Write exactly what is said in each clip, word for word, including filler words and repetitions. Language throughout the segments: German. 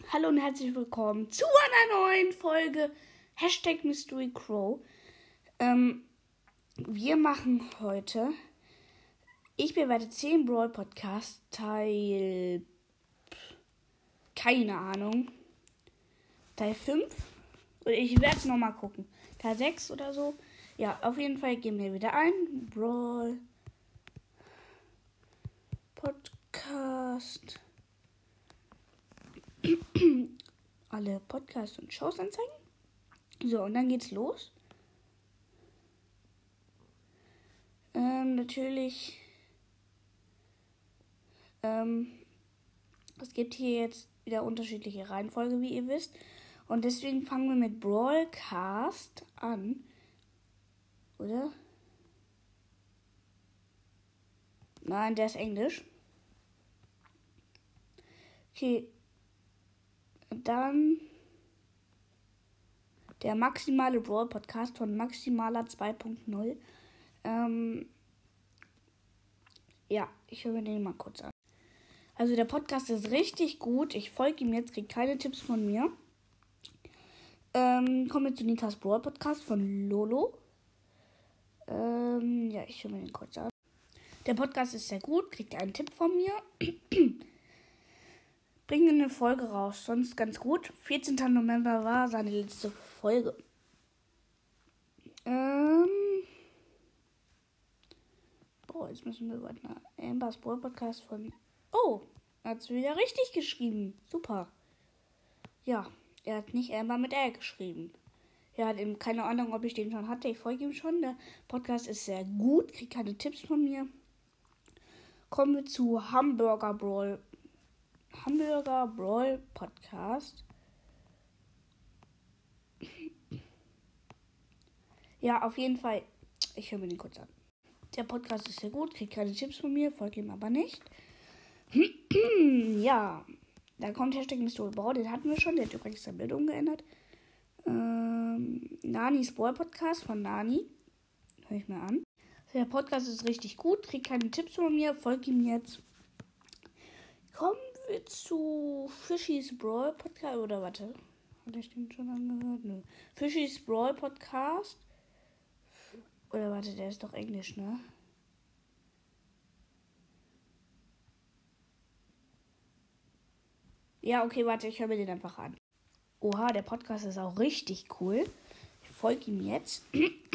Hallo und herzlich willkommen zu einer neuen Folge Hashtag Mystery Crow. Ähm, wir machen heute, ich bewerte zehn Brawl Podcast Teil, keine Ahnung, Teil fünf. Oder ich werde es nochmal gucken. Teil sechs oder so. Ja, auf jeden Fall gehen wir wieder ein. Brawl Podcast. Alle Podcasts und Shows anzeigen. So, und dann geht's los. Ähm, natürlich. Ähm, es gibt hier jetzt wieder unterschiedliche Reihenfolge, wie ihr wisst. Und deswegen fangen wir mit Brawlcast an. Oder? Nein, der ist Englisch. Okay. Dann der maximale Brawl Podcast von Maximaler zwei Punkt null. Ähm, ja, ich höre mir den mal kurz an. Also der Podcast ist richtig gut. Ich folge ihm jetzt, kriege keine Tipps von mir. Ähm, kommen wir zu Nitas Brawl Podcast von Lolo. Ähm, ja, ich höre mir den kurz an. Der Podcast ist sehr gut, kriegt einen Tipp von mir. Bringen eine Folge raus, sonst ganz gut. vierzehnter November war seine letzte Folge. Ähm. Boah, jetzt müssen wir warten. Ambers Brawl Podcast von. Oh, er hat es wieder richtig geschrieben. Super. Ja, er hat nicht Amber mit R geschrieben. Er hat eben keine Ahnung, ob ich den schon hatte. Ich folge ihm schon. Der Podcast ist sehr gut, kriegt keine Tipps von mir. Kommen wir zu Hamburger Brawl. Hamburger Brawl Podcast. Ja, auf jeden Fall. Ich höre mir den kurz an. Der Podcast ist sehr gut, kriegt keine Tipps von mir, folge ihm aber nicht. Ja, da kommt Hashtag Mystery Brawl, den hatten wir schon, der hat übrigens sein Bild umgeändert. Ähm, Nanis Brawl Podcast von Nani. Hör ich mir an. Der Podcast ist richtig gut, kriegt keine Tipps von mir, folge ihm jetzt. Kommen wir zu Fishy's Brawl Podcast. Oder warte, hatte ich den schon angehört? Nö. Fishy's Brawl Podcast. Oder warte, der ist doch Englisch, ne? Ja, okay, warte, ich höre mir den einfach an. Oha, der Podcast ist auch richtig cool. Ich folge ihm jetzt.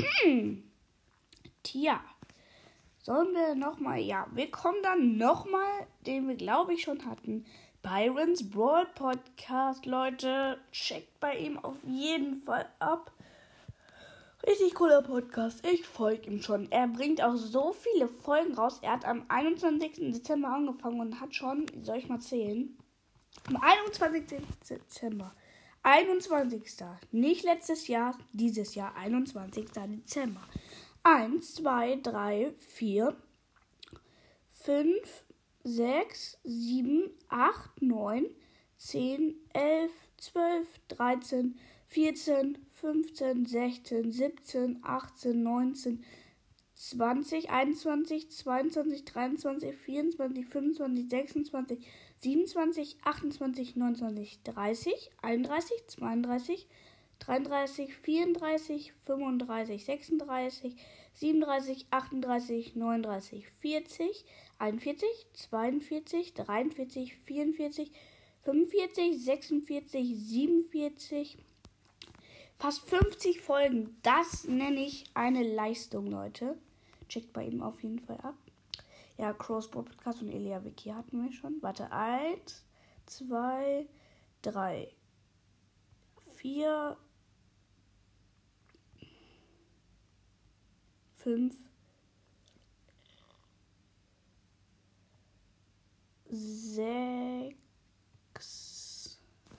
Tja. Sollen wir nochmal, ja, wir kommen dann nochmal, den wir glaube ich schon hatten. Byron's Brawl Podcast, Leute. Checkt bei ihm auf jeden Fall ab. Richtig cooler Podcast. Ich folge ihm schon. Er bringt auch so viele Folgen raus. Er hat am einundzwanzigsten Dezember angefangen und hat schon, soll ich mal zählen? Am einundzwanzigsten Dezember. einundzwanzigsten Nicht letztes Jahr, dieses Jahr. einundzwanzigsten Dezember. eins, zwei, drei, vier, fünf, sechs, sieben, acht, neun, zehn, elf, zwölf, dreizehn, vierzehn, fünfzehn, sechzehn, siebzehn, achtzehn, neunzehn, zwanzig, einundzwanzig, zweiundzwanzig, dreiundzwanzig, vierundzwanzig, fünfundzwanzig, sechsundzwanzig, siebenundzwanzig, achtundzwanzig, neunundzwanzig, dreißig, einunddreißig, zweiunddreißig, dreiunddreißig, vierunddreißig, fünfunddreißig, sechsunddreißig, siebenunddreißig, achtunddreißig, neununddreißig, vierzig, einundvierzig, zweiundvierzig, dreiundvierzig, vierundvierzig, fünfundvierzig, sechsundvierzig, siebenundvierzig, fast fünfzig Folgen. Das nenne ich eine Leistung, Leute. Checkt bei ihm auf jeden Fall ab. Ja, Crows Podcast und Elia Vicky hatten wir schon. Warte, eins, zwei, drei, vier, fünf, sechs,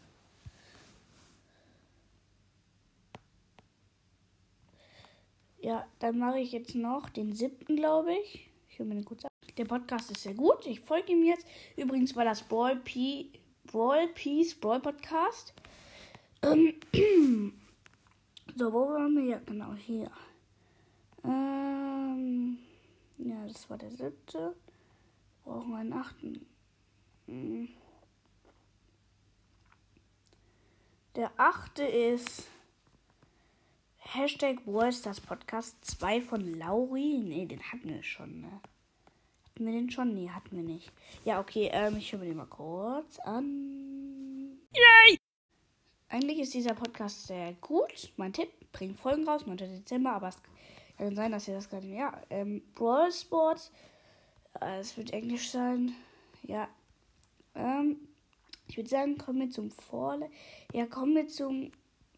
ja, dann mache ich jetzt noch den siebten, glaube ich. Ich höre mir den kurz an. Der Podcast ist sehr gut. Ich folge ihm jetzt. Übrigens war das Brawl, P- Brawl Peace Brawl Podcast. Ähm, so, wo waren wir? Ja, genau, hier. Ähm, ja, das war der siebte. Brauchen wir einen achten. Hm. Der achte ist Hashtag Ballstars Podcast zwei von Lauri. Ne, den hatten wir schon, ne? Hatten wir den schon? Ne, hatten wir nicht. Ja, okay, ähm, ich höre mir den mal kurz an. Yay! Eigentlich ist dieser Podcast sehr gut. Mein Tipp, bringt Folgen raus, neunter Dezember, aber es kann sein, dass ihr das gerade, ja, ähm, Brawl Sport, äh, es wird Englisch sein, ja, ähm, ich würde sagen, kommen wir zum Vorle... Ja, kommen wir zum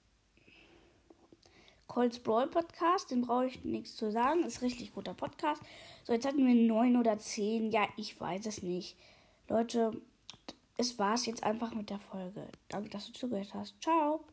Colts Brawl Podcast. Den brauche ich nichts zu sagen. Ist ein richtig guter Podcast. So, jetzt hatten wir neun oder zehn. Ja, ich weiß es nicht. Leute, es war's jetzt einfach mit der Folge. Danke, dass du zugehört hast. Ciao.